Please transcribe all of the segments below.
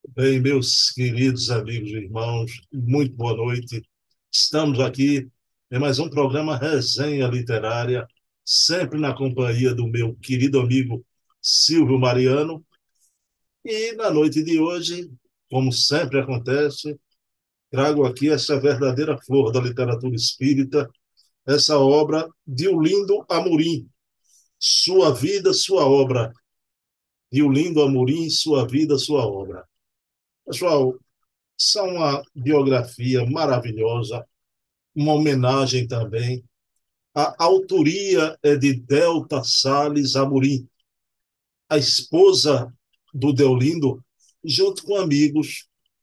Bem, meus queridos amigos e irmãos, muito boa noite. Estamos aqui em mais um programa Resenha Literária, sempre na companhia do meu querido amigo Silvio Mariano. E na noite de hoje, como sempre acontece, trago aqui essa verdadeira flor da literatura espírita, essa obra de Olindo Amorim, Sua Vida, Sua Obra. De Olindo Amorim, Sua Vida, Sua Obra. Pessoal, são uma biografia maravilhosa, uma homenagem também. A autoria é de Delta Salles Amorim, a esposa do Deolindo, junto com amigos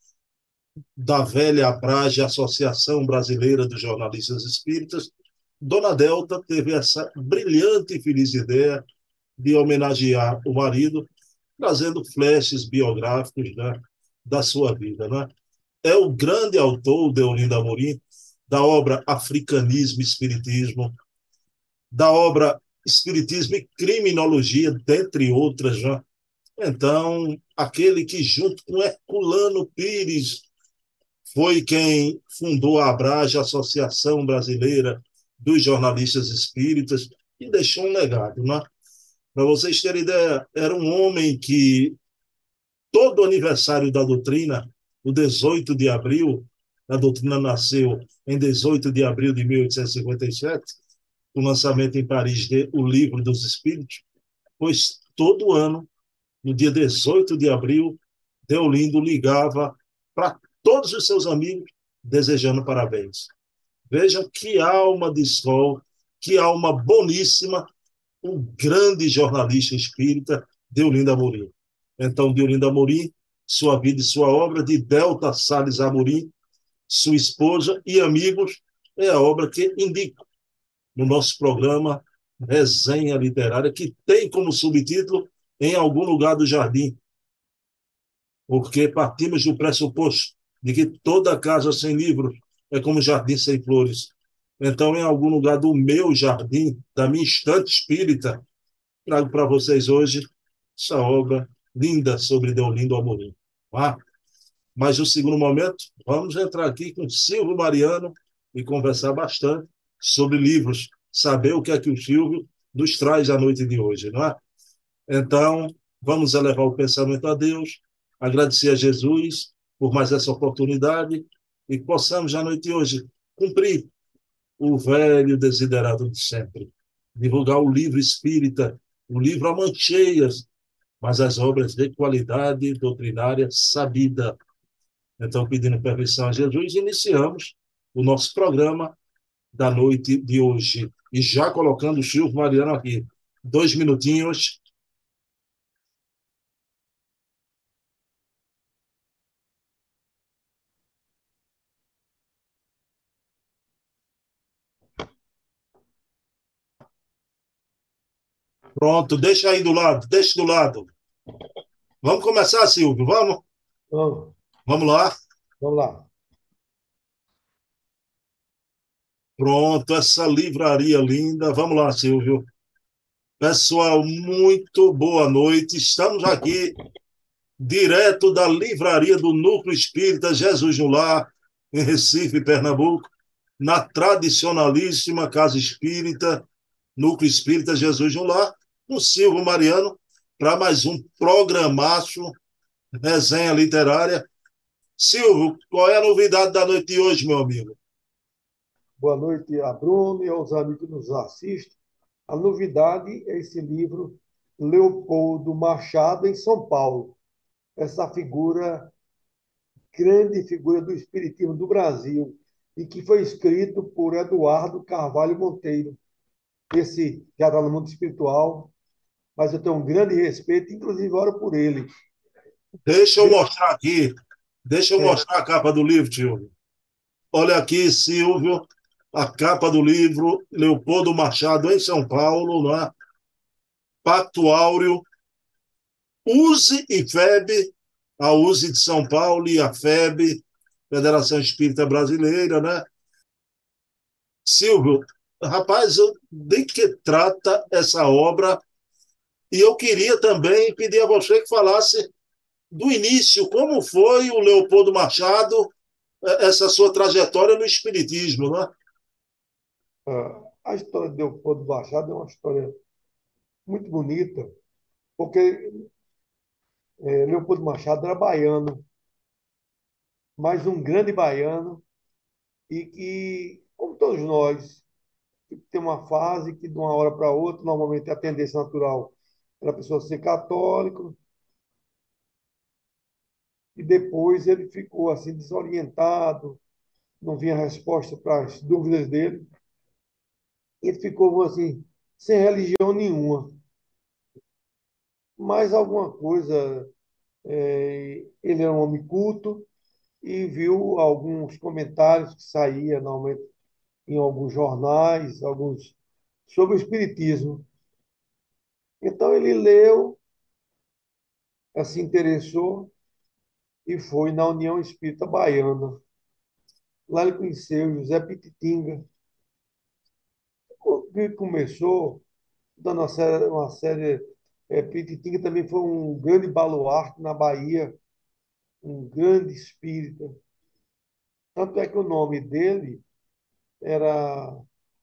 da velha Abrage, Associação Brasileira dos Jornalistas Espíritas. Dona Delta teve essa brilhante e feliz ideia de homenagear o marido, trazendo flashes biográficos, né, da sua vida, né? É o grande autor, Deolindo Amorim, da obra Africanismo e Espiritismo, da obra Espiritismo e Criminologia, dentre outras. Né? Então, aquele que, junto com Herculano Pires, foi quem fundou a Abrage, a Associação Brasileira dos Jornalistas Espíritas, e deixou um legado. Né? Para vocês terem ideia, era um homem que todo aniversário da doutrina, o 18 de abril, a doutrina nasceu em 18 de abril de 1857, o lançamento em Paris de O Livro dos Espíritos, pois todo ano, no dia 18 de abril, Deolindo ligava para todos os seus amigos desejando parabéns. Vejam que alma de sol, que alma boníssima, um grande jornalista espírita, Deolindo Amorim. Então, Deolindo Amorim, Sua Vida e Sua Obra, de Delta Salles Amorim, sua esposa e amigos, é a obra que indico no nosso programa Resenha Literária, que tem como subtítulo Em Algum Lugar do Jardim, porque partimos do pressuposto de que toda casa sem livros é como jardim sem flores. Então, em algum lugar do meu jardim, da minha estante espírita, trago para vocês hoje essa obra linda sobre Deolindo Amorim. Tá? Mas no segundo momento, vamos entrar aqui com Silvio Mariano e conversar bastante sobre livros, saber o que é que o Silvio nos traz à noite de hoje, não é? Então, vamos elevar o pensamento a Deus, agradecer a Jesus por mais essa oportunidade e que possamos, à noite de hoje, cumprir o velho desiderado de sempre, divulgar o livro espírita, o livro a mancheias, mas as obras de qualidade doutrinária sabida. Então, pedindo permissão a Jesus, iniciamos o nosso programa da noite de hoje. E já colocando o Silvio Mariano aqui. 2 minutinhos. Pronto, deixa aí do lado, deixa do lado. Vamos começar, Silvio, vamos? Vamos, Vamos lá. vamos lá. Pronto, essa livraria linda. Vamos lá, Silvio. Pessoal, muito boa noite. Estamos aqui direto da livraria do Núcleo Espírita Jesus no Lar, em Recife, Pernambuco, na tradicionalíssima Casa Espírita, Núcleo Espírita Jesus no Lar, com Silvio Mariano, para mais um programaço, resenha literária. Silvio, qual é a novidade da noite de hoje, meu amigo? Boa noite a Bruno e aos amigos que nos assistem. A novidade é esse livro Leopoldo Machado em São Paulo. Essa figura, grande figura do espiritismo do Brasil, e que foi escrito por Eduardo Carvalho Monteiro. Esse já está no mundo espiritual, mas eu tenho um grande respeito, inclusive oro por ele. Deixa eu De- mostrar aqui, deixa eu é, mostrar a capa do livro, Silvio. Olha aqui, Silvio, a capa do livro, Leopoldo Machado em São Paulo, né? Pacto Áureo, USE e FEB, a USE de São Paulo e a FEB, Federação Espírita Brasileira, né? Silvio, rapaz, de que trata essa obra? E eu queria também pedir a você que falasse do início, como foi o Leopoldo Machado, essa sua trajetória no Espiritismo, né? A história de Leopoldo Machado é uma história muito bonita, porque Leopoldo Machado era baiano, mas um grande baiano, e que, como todos nós, que tem uma fase que de uma hora para outra, normalmente a tendência natural era a pessoa ser católico, e depois ele ficou assim desorientado, não vinha resposta para as dúvidas dele, e ele ficou assim, sem religião nenhuma. Mas alguma coisa, ele era um homem culto e viu alguns comentários que saía normalmente em alguns jornais, alguns sobre o espiritismo. Então ele leu, se interessou e foi na União Espírita Baiana. Lá ele conheceu José Pititinga, que começou dando uma série. Pititinga também foi um grande baluarte na Bahia, um grande espírita. Tanto é que o nome dele era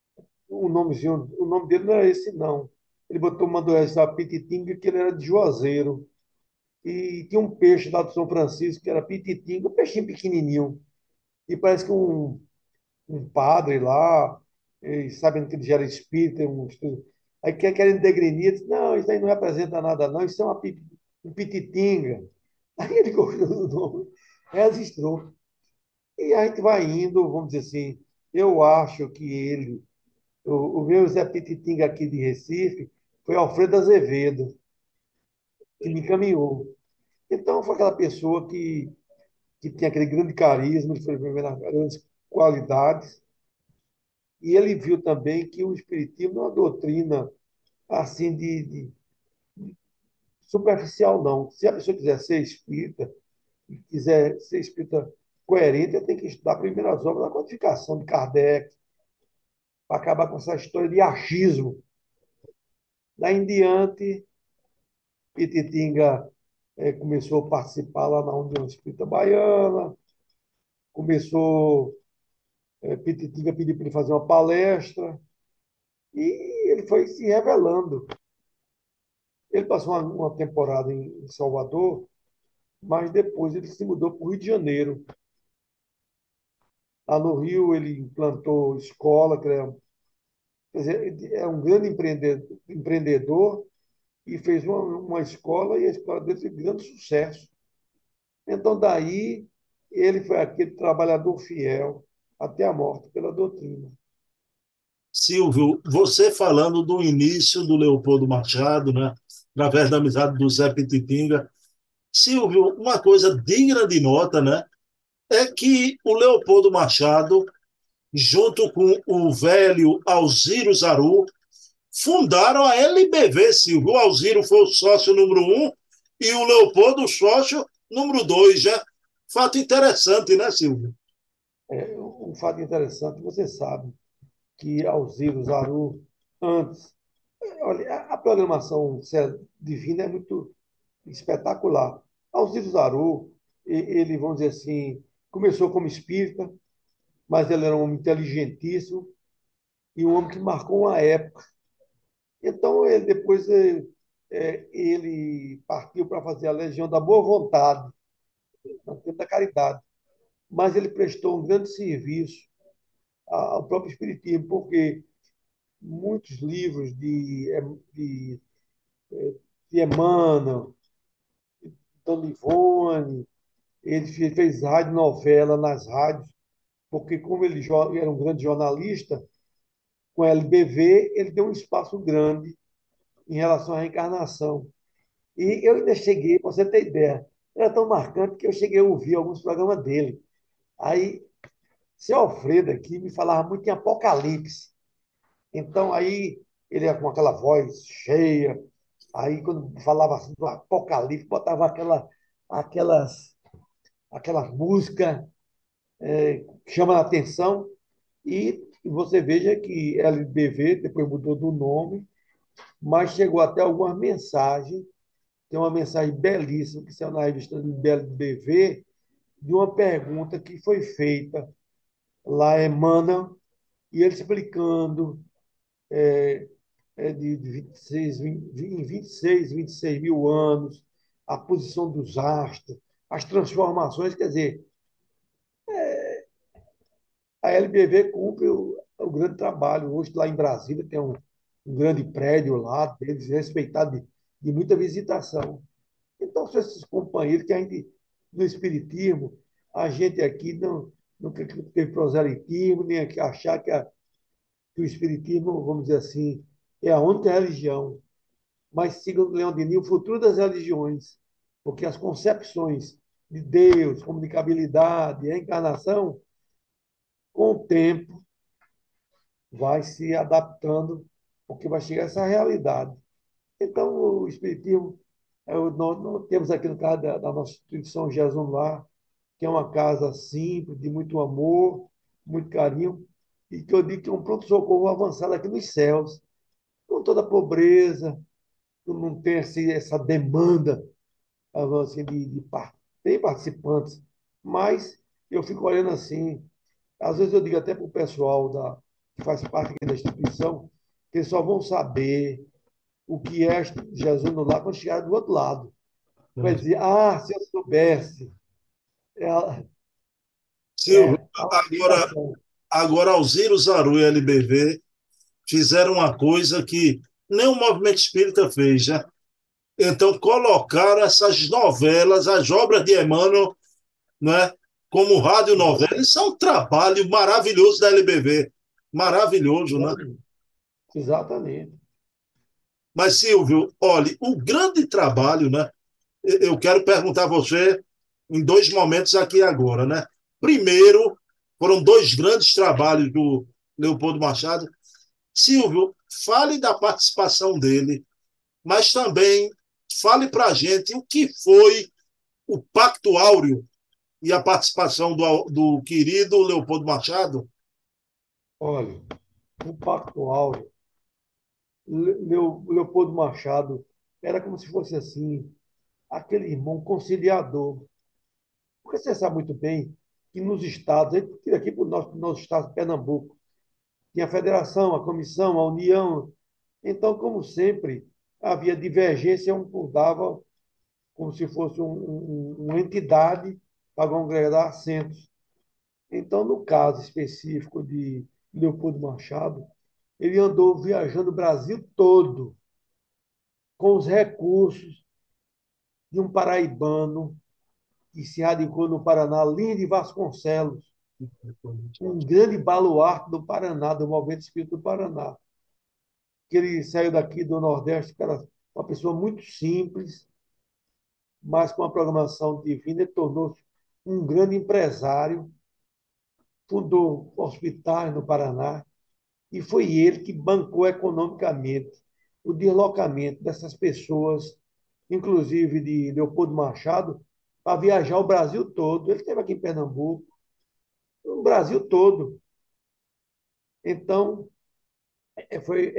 o nome dele não era esse, não. Ele botou, mandou registrar Pititinga, que ele era de Juazeiro. E tinha um peixe lá do São Francisco, que era Pititinga, um peixinho pequenininho. E parece que um padre lá, sabendo que ele já era espírita, aí querendo degrenir, disse, não, isso aí não representa nada, não, isso é um pititinga. Aí ele colocou o nome, registrou. E a gente vai indo, vamos dizer assim, eu acho que o meu Zé Pititinga aqui de Recife, foi Alfredo Azevedo, que me encaminhou. Então, foi aquela pessoa que tinha aquele grande carisma, ele foi vendo grandes qualidades, e ele viu também que o Espiritismo não é uma doutrina assim de superficial, não. Se a pessoa quiser ser espírita, e quiser ser espírita coerente, ele tem que estudar primeiro as obras da codificação de Kardec, para acabar com essa história de achismo. Daí em diante, Pititinga começou a participar lá na União Espírita Baiana, começou, Pititinga pediu para ele fazer uma palestra, e ele foi se revelando. Ele passou uma temporada em Salvador, mas depois ele se mudou para o Rio de Janeiro. Lá no Rio, ele implantou escola, quer dizer, ele é um grande empreendedor e fez uma escola, e a escola dele teve grande sucesso. Então, daí, ele foi aquele trabalhador fiel até a morte pela doutrina. Silvio, você falando do início do Leopoldo Machado, né? Através da amizade do Zé Pititinga. Silvio, uma coisa digna de nota, né? É que o Leopoldo Machado, junto com o velho Alziro Zaru, fundaram a LBV, Silvio. O Alziro foi o sócio número um e o Leopoldo o sócio número dois, já. Fato interessante, né, Silvio? Um fato interessante, você sabe que Alziro Zaru, antes, olha, a programação divina é muito espetacular. Alcide Zaru, ele, vamos dizer assim, começou como espírita, mas ele era um homem inteligentíssimo e um homem que marcou uma época. Então, ele depois ele partiu para fazer a Legião da Boa Vontade, no tempo da caridade. Mas ele prestou um grande serviço ao próprio Espiritismo, porque muitos livros de, de Emmanuel, Dom Livone, ele fez rádio novela nas rádios, porque como ele era um grande jornalista, com a LBV, ele deu um espaço grande em relação à reencarnação. E eu ainda cheguei, para você ter ideia, era tão marcante que eu cheguei a ouvir alguns programas dele. Aí, seu Alfredo aqui me falava muito em Apocalipse. Então, aí, ele ia com aquela voz cheia, aí quando falava assim do Apocalipse, botava aquela música que chama a atenção. E você veja que LBV depois mudou do nome, mas chegou até algumas mensagens tem uma mensagem belíssima que saiu na revista do BV, de uma pergunta que foi feita lá em Emmanuel, e ele explicando de 26, 20, em 26 mil anos, a posição dos astros, as transformações, quer dizer, a LBV cumpre o grande trabalho. Hoje, lá em Brasília, tem um grande prédio lá, deles, respeitado de muita visitação. Então, são esses companheiros que a gente, no Espiritismo, a gente aqui não tem proselitismo, nem achar que o Espiritismo, vamos dizer assim, é a única religião. Mas, segundo Leão Denis, o futuro das religiões, porque as concepções de Deus, comunicabilidade, encarnação, com o tempo, vai se adaptando, porque vai chegar essa realidade. Então, o Espiritismo, nós temos aqui no caso da nossa instituição Jesus Lar, que é uma casa simples, de muito amor, muito carinho, e que eu digo que é um pronto-socorro avançado aqui nos céus, com toda a pobreza, não tem essa demanda assim, tem participantes, mas eu fico olhando assim, às vezes eu digo até para o pessoal que faz parte aqui da instituição, que eles só vão saber o que é Jesus no lar quando chegar do outro lado. Vai dizer, se eu soubesse. É a, Silvio, a agora, lamentação. agora Alziro Zaru e LBV fizeram uma coisa que nem o movimento espírita fez, né? Então, colocaram essas novelas, as obras de Emmanuel, né, como radionovela. Isso é um trabalho maravilhoso da LBV. Maravilhoso, né? Exatamente. Exatamente. Mas, Silvio, olhe, o grande trabalho, né? Eu quero perguntar a você em dois momentos aqui agora, né? Primeiro, foram dois grandes trabalhos do Leopoldo Machado. Silvio, fale da participação dele, mas também fale para a gente o que foi o Pacto Áureo e a participação do querido Leopoldo Machado. Olha, o Pacto Áureo, Leopoldo Machado era como se fosse assim, aquele irmão conciliador. Porque você sabe muito bem que nos estados, aqui para o nosso estado de Pernambuco, tinha a federação, a comissão, a união. Então, como sempre, havia divergência, um dava como se fosse uma entidade para congregar assentos. Então, no caso específico de Leopoldo Machado, ele andou viajando o Brasil todo com os recursos de um paraibano que se radicou no Paraná, Lins de Vasconcelos, um grande baluarte do Paraná, do Movimento Espírita do Paraná. Que ele saiu daqui do Nordeste, que era uma pessoa muito simples, mas com a programação divina, ele tornou-se um grande empresário, fundou hospitais no Paraná, e foi ele que bancou economicamente o deslocamento dessas pessoas, inclusive de Leopoldo Machado, para viajar o Brasil todo. Ele esteve aqui em Pernambuco, o Brasil todo. Então, foi,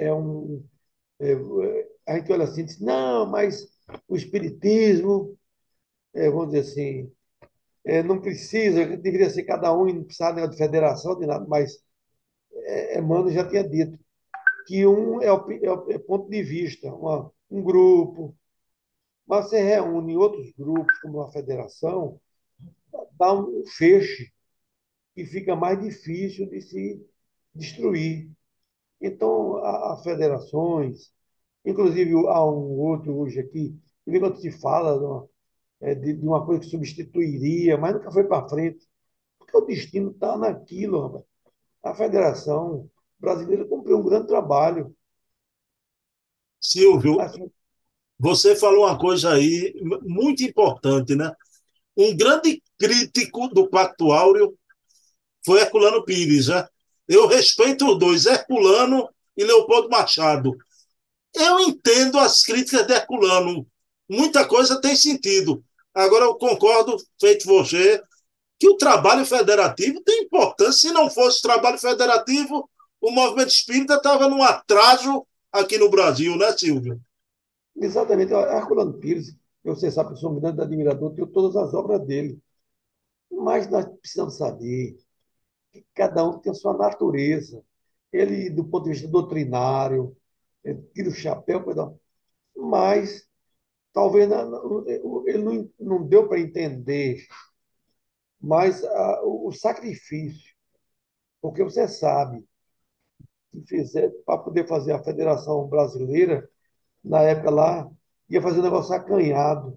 a gente olha assim e diz, não, mas o espiritismo, vamos dizer assim, não precisa, deveria ser cada um e não precisava de federação, de nada, mas Emmanuel já tinha dito que um é o ponto de vista, um grupo, mas você reúne outros grupos, como a federação, dá um feixe e fica mais difícil de se destruir. Então, as federações, inclusive há um outro hoje aqui, quando se fala de uma coisa que substituiria, mas nunca foi para frente, porque o destino está naquilo, rapaz. A Federação Brasileira cumpriu um grande trabalho. Silvio, Assim, você falou uma coisa aí muito importante, né? Um grande crítico do Pacto Áureo foi Herculano Pires, né? Eu respeito os dois, Herculano e Leopoldo Machado. Eu entendo as críticas de Herculano. Muita coisa tem sentido. Agora, eu concordo, feito você, que o trabalho federativo tem importância. Se não fosse trabalho federativo, o movimento espírita estava num atraso aqui no Brasil, né, Silvio? exatamente, Herculano Pires. Você sabe que eu sou um grande admirador, tenho todas as obras dele. Mas nós precisamos saber que cada um tem a sua natureza. Ele, do ponto de vista doutrinário, ele tira o chapéu, perdão, mas talvez ele não deu para entender mais o sacrifício, porque você sabe que fizer para poder fazer a Federação Brasileira, na época lá, ia fazer um negócio acanhado,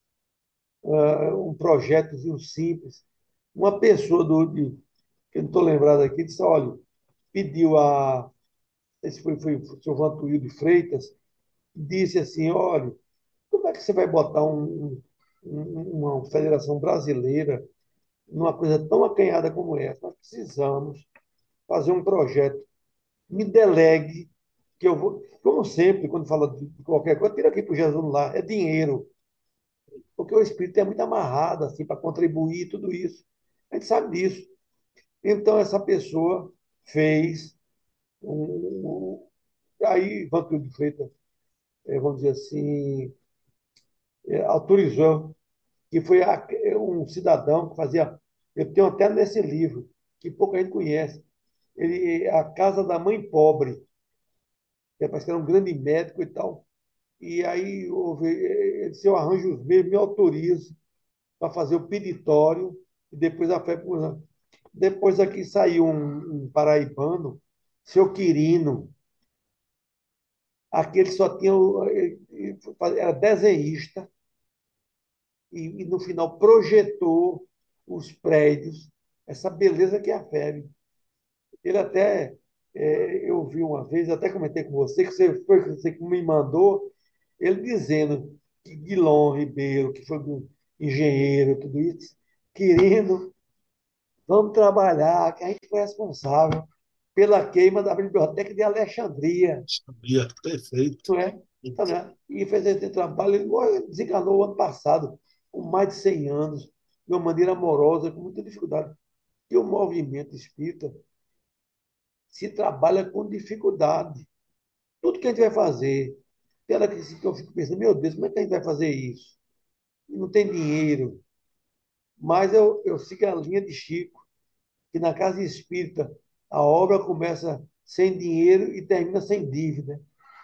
um projetozinho simples. Uma pessoa que eu não estou lembrado aqui, disse, olha, pediu a, esse foi o senhor Vantuíl de Freitas, disse assim, olha, como é que você vai botar uma federação brasileira numa coisa tão acanhada como essa? Nós precisamos fazer um projeto. Me delegue, que eu vou, como sempre, quando fala de qualquer coisa, tira aqui para o Jesus lá, é dinheiro, porque o espírito é muito amarrado assim para contribuir tudo isso. A gente sabe disso. Então essa pessoa fez aí Vantuíl de Freitas, vamos dizer assim, autorizou que foi um cidadão que fazia. Eu tenho até nesse livro, que pouca gente conhece. Ele, a Casa da Mãe Pobre, parece que era um grande médico e tal. E aí ele disse, eu arranjo os meios, me autorizo para fazer o peditório e depois a fé por. Depois aqui saiu um paraibano, seu Quirino, aquele só tinha, era desenhista, e no final projetou os prédios, essa beleza que é a FEB. Ele até, eu vi uma vez, até comentei com você, que você que me mandou, ele dizendo que Guilom Ribeiro, que foi um engenheiro, tudo isso, querendo, vamos trabalhar, que a gente foi responsável pela queima da Biblioteca de Alexandria, Sabia, perfeito. não é? Tá, né? E fez esse trabalho, ele desenganou o ano passado, com mais de 100 anos, de uma maneira amorosa, com muita dificuldade. E o movimento espírita se trabalha com dificuldade. Tudo que a gente vai fazer, tem hora que eu fico pensando, meu Deus, como é que a gente vai fazer isso? E não tem dinheiro. Mas eu sigo a linha de Chico, que na casa espírita a obra começa sem dinheiro e termina sem dívida.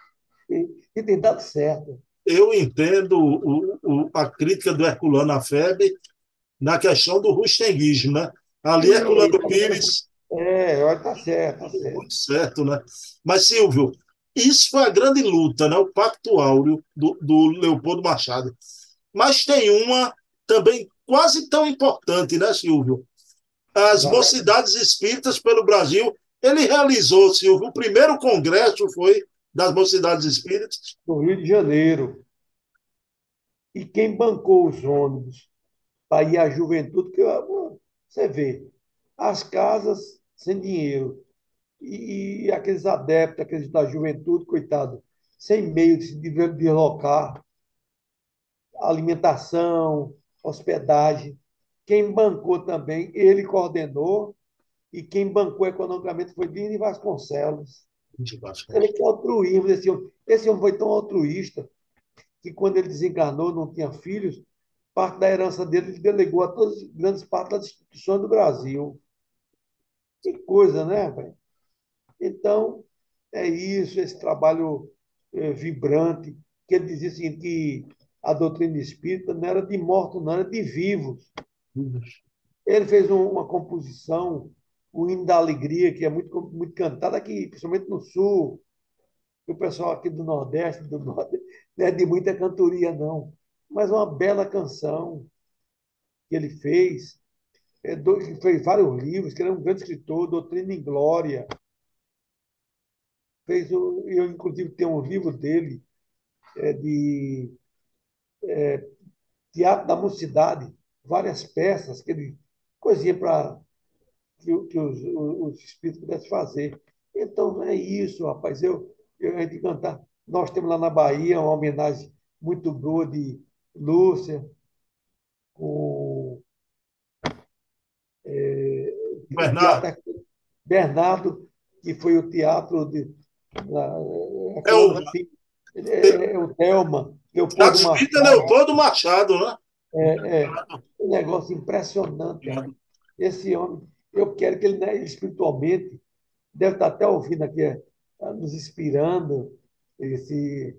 E tem dado certo. Eu entendo a crítica do Herculano à FEB na questão do rustenguismo, né? Ali, E, Herculano Pires, olha, tá certo, tá certo. muito certo, né? Mas, Silvio, isso foi a grande luta, né? O Pacto Áureo do Leopoldo Machado. Mas tem uma também quase tão importante, né, Silvio? As Exatamente. Mocidades Espíritas pelo Brasil. Ele realizou, Silvio, o primeiro congresso foi das Mocidades Espíritas. No Rio de Janeiro. E quem bancou os ônibus para ir à juventude, que você vê, as casas sem dinheiro e aqueles adeptos, aqueles da juventude, coitado, sem meio de se deslocar, alimentação, hospedagem. Quem bancou também, ele coordenou, e quem bancou economicamente foi Dini Vasconcelos. Você vê que altruísmo desse homem. Esse homem foi tão altruísta que quando ele desencarnou, não tinha filhos, parte da herança dele ele delegou a todas as grandes partes das instituições do Brasil. Que coisa, né, velho? Então, é isso, esse trabalho vibrante, que ele dizia assim, que a doutrina espírita não era de mortos, não era de vivos. Ele fez uma composição, o Hino da Alegria, que é muito cantada aqui, principalmente no Sul, e o pessoal aqui do Nordeste, do Norte, não é de muita cantoria, não. Mas uma bela canção que ele fez, fez vários livros, que ele é um grande escritor, Doutrina em Glória. Eu, inclusive, tenho um livro dele, de Teatro da Mocidade, várias peças, coisinha para que os espíritos pudessem fazer. Então, é isso, rapaz. A gente cantar. Nós temos lá na Bahia uma homenagem muito boa de Lúcia, com o Bernardo, teatro Bernardo, que foi o teatro de. é o, Fulano, assim, é o Thelma. Leopoldo Teatro Espírita Machado, Leopoldo Machado, né? é um negócio impressionante, rapaz. Esse homem, eu quero que ele, né, espiritualmente, deve estar até ouvindo aqui, nos inspirando esse,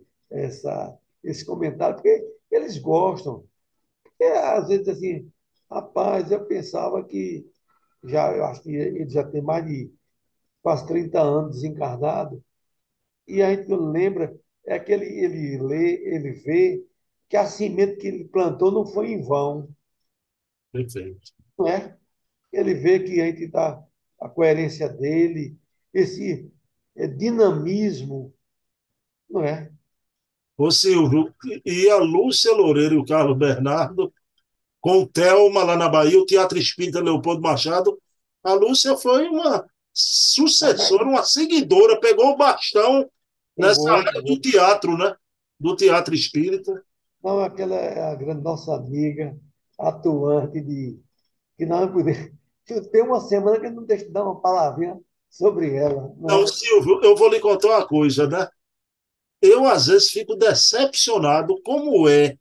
esse comentário, porque eles gostam. Porque, às vezes, assim, rapaz, eu pensava que eu acho que ele já tem mais de quase 30 anos desencarnado, e a gente não lembra, é que ele lê, ele vê que a semente que ele plantou não foi em vão, Perfeito. não é? Ele vê que a gente está, a coerência dele, esse dinamismo, não é? Ô Silvio, e a Lúcia Loureiro e o Carlos Bernardo, com o Thelma lá na Bahia, o Teatro Espírita Leopoldo Machado, a Lúcia foi uma sucessora, uma seguidora, pegou o bastão nessa Pegou, área do pegou. teatro, né? Do teatro espírita. Não, aquela é a grande nossa amiga, atuante que não poder. Tem uma semana que eu não deixo de dar uma palavrinha sobre ela, não Então, é? Silvio, eu vou lhe contar uma coisa, né? Eu, às vezes, fico decepcionado como é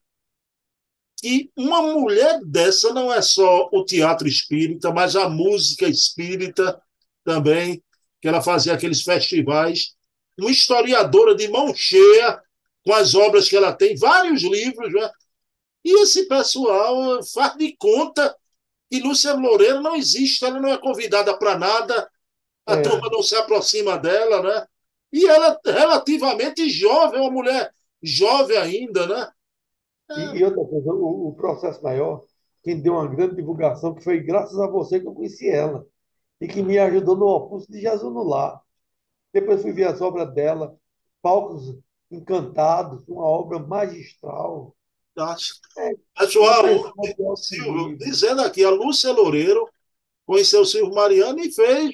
que uma mulher dessa não é só o teatro espírita, mas a música espírita também, que ela fazia aqueles festivais. Uma historiadora de mão cheia com as obras que ela tem, vários livros, né? E esse pessoal faz de conta que Lúcia Loureiro não existe, ela não é convidada para nada, a turma É. não se aproxima dela, né? E ela é relativamente jovem, uma mulher jovem ainda, né? E outra coisa, o processo maior, quem deu uma grande divulgação, que foi graças a você que eu conheci ela, e que me ajudou no Opus de Jesus no Lar. Depois fui ver as obras dela, Palcos Encantados, uma obra magistral. Acho. É uma Pessoal, pessoa de alto Silvio, nível. dizendo aqui, a Lúcia Loureiro conheceu o Silvio Mariano e fez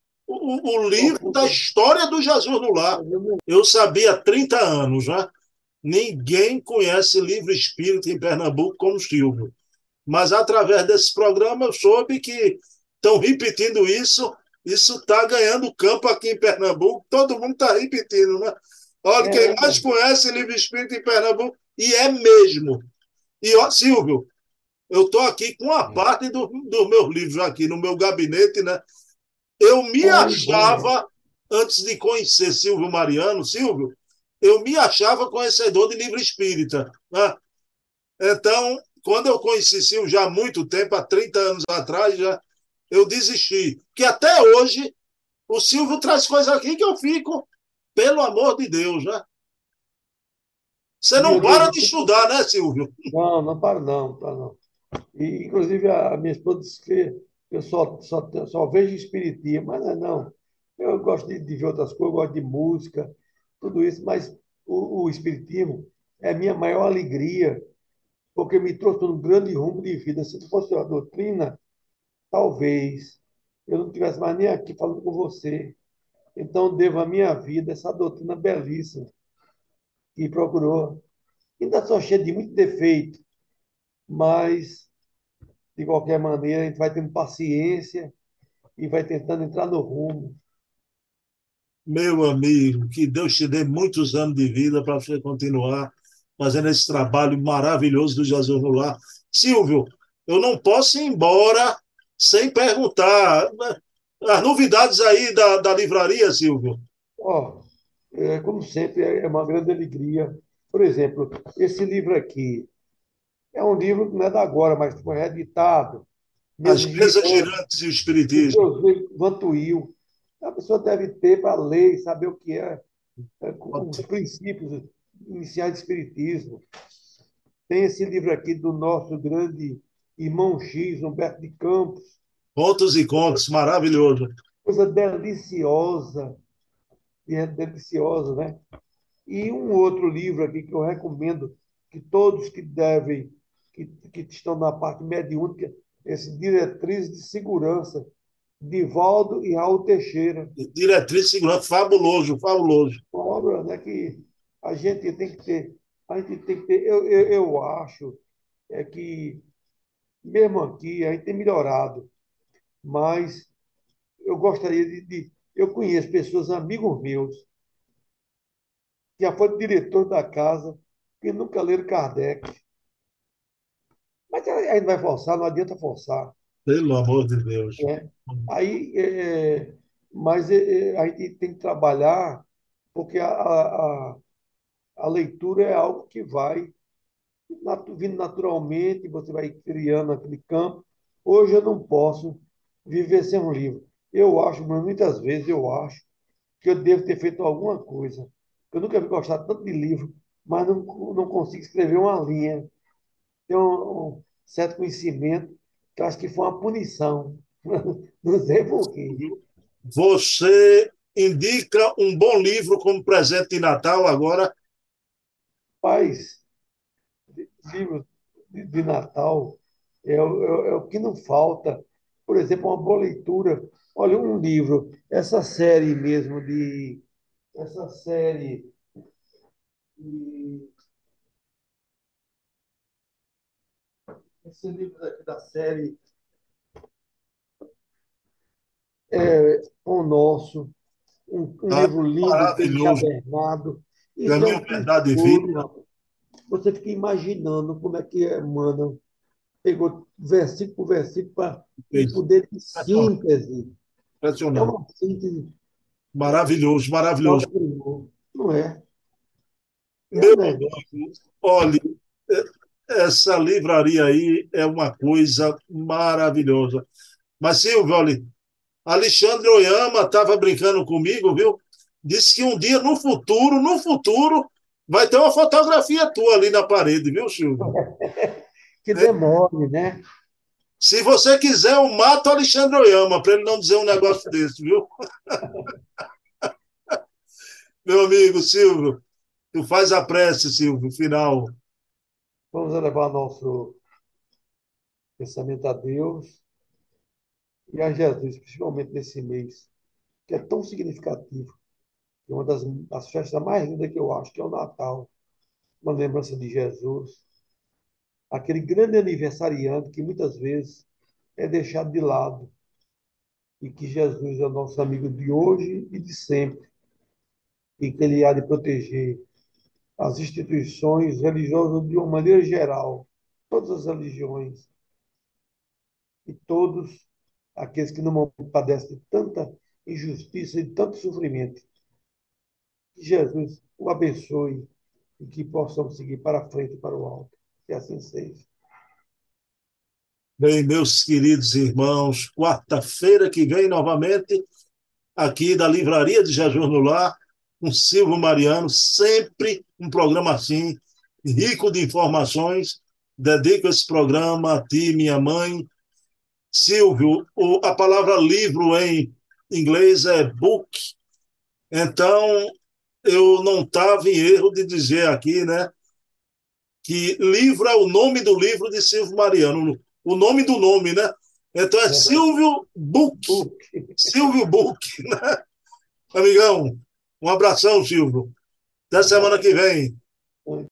o livro Opus da história do Jesus no Lar. Eu sabia há 30 anos, né? Ninguém conhece livro espírita em Pernambuco como Silvio. Mas através desse programa eu soube que estão repetindo isso. Isso está ganhando campo aqui em Pernambuco. Todo mundo está repetindo, né? Olha, É quem mais verdade. conhece livro espírita em Pernambuco, e é mesmo. E, ó, Silvio, eu estou aqui com uma parte dos meus livros aqui no meu gabinete, né? Eu me Olha, bom. achava, antes de conhecer Silvio Mariano, Silvio, eu me achava conhecedor de livro espírita, né? Então, quando eu conheci Silvio já há muito tempo, há 30 anos atrás, já, eu desisti. Que até hoje o Silvio traz coisas aqui que eu fico, pelo amor de Deus, né? Você E não eu dei para de muito. estudar, né, Silvio? Não, não para não, para não. E, inclusive, a minha esposa disse que eu só vejo espiritismo, mas não é não. Eu gosto de ver outras coisas, eu gosto de música, tudo isso, mas o espiritismo é a minha maior alegria, porque me trouxe um grande rumo de vida. Se não fosse a doutrina, talvez eu não estivesse mais nem aqui falando com você. Então, devo a minha vida a essa doutrina belíssima que procurou. Ainda sou cheio de muito defeito, mas, de qualquer maneira, a gente vai tendo paciência e vai tentando entrar no rumo. Meu amigo, que Deus te dê muitos anos de vida para você continuar fazendo esse trabalho maravilhoso do Jesus no Lar. Silvio, eu não posso ir embora sem perguntar, né, as novidades aí da livraria, Silvio. Ó, como sempre, é uma grande alegria. Por exemplo, esse livro aqui é um livro que não é da agora, mas foi reeditado, As mesmo mesas girando, girantes e o do espiritismo. José Vantuil. A pessoa deve ter para ler e saber o que os princípios iniciais do Espiritismo. Tem esse livro aqui do nosso grande irmão X, Humberto de Campos, Contos e contos, maravilhoso. coisa deliciosa, deliciosa, né? E um outro livro aqui que eu recomendo que todos que devem, que estão na parte mediúnica, esse Diretrizes de Segurança, de Valdo e Raul Teixeira. Diretriz de segurança, fabuloso, fabuloso. Uma obra, né, que a gente tem que ter, a gente tem que ter, eu acho que mesmo aqui a gente tem melhorado, mas eu gostaria eu conheço pessoas, amigos meus, que já foram diretor da casa, que nunca leram Kardec. Mas aí não vai forçar, não adianta forçar. Pelo amor de Deus. Né? Aí, mas a gente tem que trabalhar, porque a leitura é algo que vai vindo naturalmente, você vai criando aquele campo. Hoje eu não posso viver sem um livro. Eu acho, mas muitas vezes eu acho que eu devo ter feito alguma coisa. Eu nunca vi gostar tanto de livro, mas não consigo escrever uma linha. Tenho um certo conhecimento que eu acho que foi uma punição. Não sei por quê. Você indica um bom livro como presente de Natal agora? Mas livros de Natal é o que não falta. Por exemplo, uma boa leitura. Olha, um livro, essa série de, esse livro aqui da série O Nosso, um Ah, livro lindo, bem maravilhoso. encadernado. Isso é Caminho, um Verdade e Vida. tesoro, rapaz. Você fica imaginando como é que Emmanuel pegou versículo por versículo e Isso. poder de Impressionante. síntese. É Impressionante. uma síntese Maravilhoso, maravilhoso. doutrinou, não é? É um Meu negócio. amigo, olhe, essa livraria aí é uma coisa maravilhosa. Mas, Silvio, olha, Alexandre Oyama estava brincando comigo, viu? Disse que um dia, no futuro, vai ter uma fotografia tua ali na parede, viu, Silvio? Que É, demore, né? se você quiser, eu mato Alexandre Oyama, para ele não dizer um negócio desse, viu? Meu amigo Silvio, tu faz a prece, Silvio, final. Vamos elevar nosso pensamento a Deus e a Jesus, principalmente nesse mês, que é tão significativo. É uma das festas mais lindas que eu acho, que é o Natal, uma lembrança de Jesus, aquele grande aniversariante que muitas vezes é deixado de lado, e que Jesus é o nosso amigo de hoje e de sempre, e que ele há de proteger as instituições religiosas de uma maneira geral, todas as religiões e todos aqueles que no momento padecem de tanta injustiça e de tanto sofrimento. Que Jesus o abençoe e que possamos seguir para frente e para o alto. Que assim seja. Bem, meus queridos irmãos, quarta-feira que vem, novamente, aqui da Livraria de Jesus no Lar, com Silvio Mariano, sempre um programa assim, rico de informações. Dedico esse programa a ti, minha mãe. Silvio, a palavra livro em inglês é book, então eu não estava em erro de dizer aqui, né, que livro é o nome do livro de Silvio Mariano, o nome do nome, né? Então é É, Silvio Book, Silvio Book, né? Amigão, um abração, Silvio. Até semana que vem.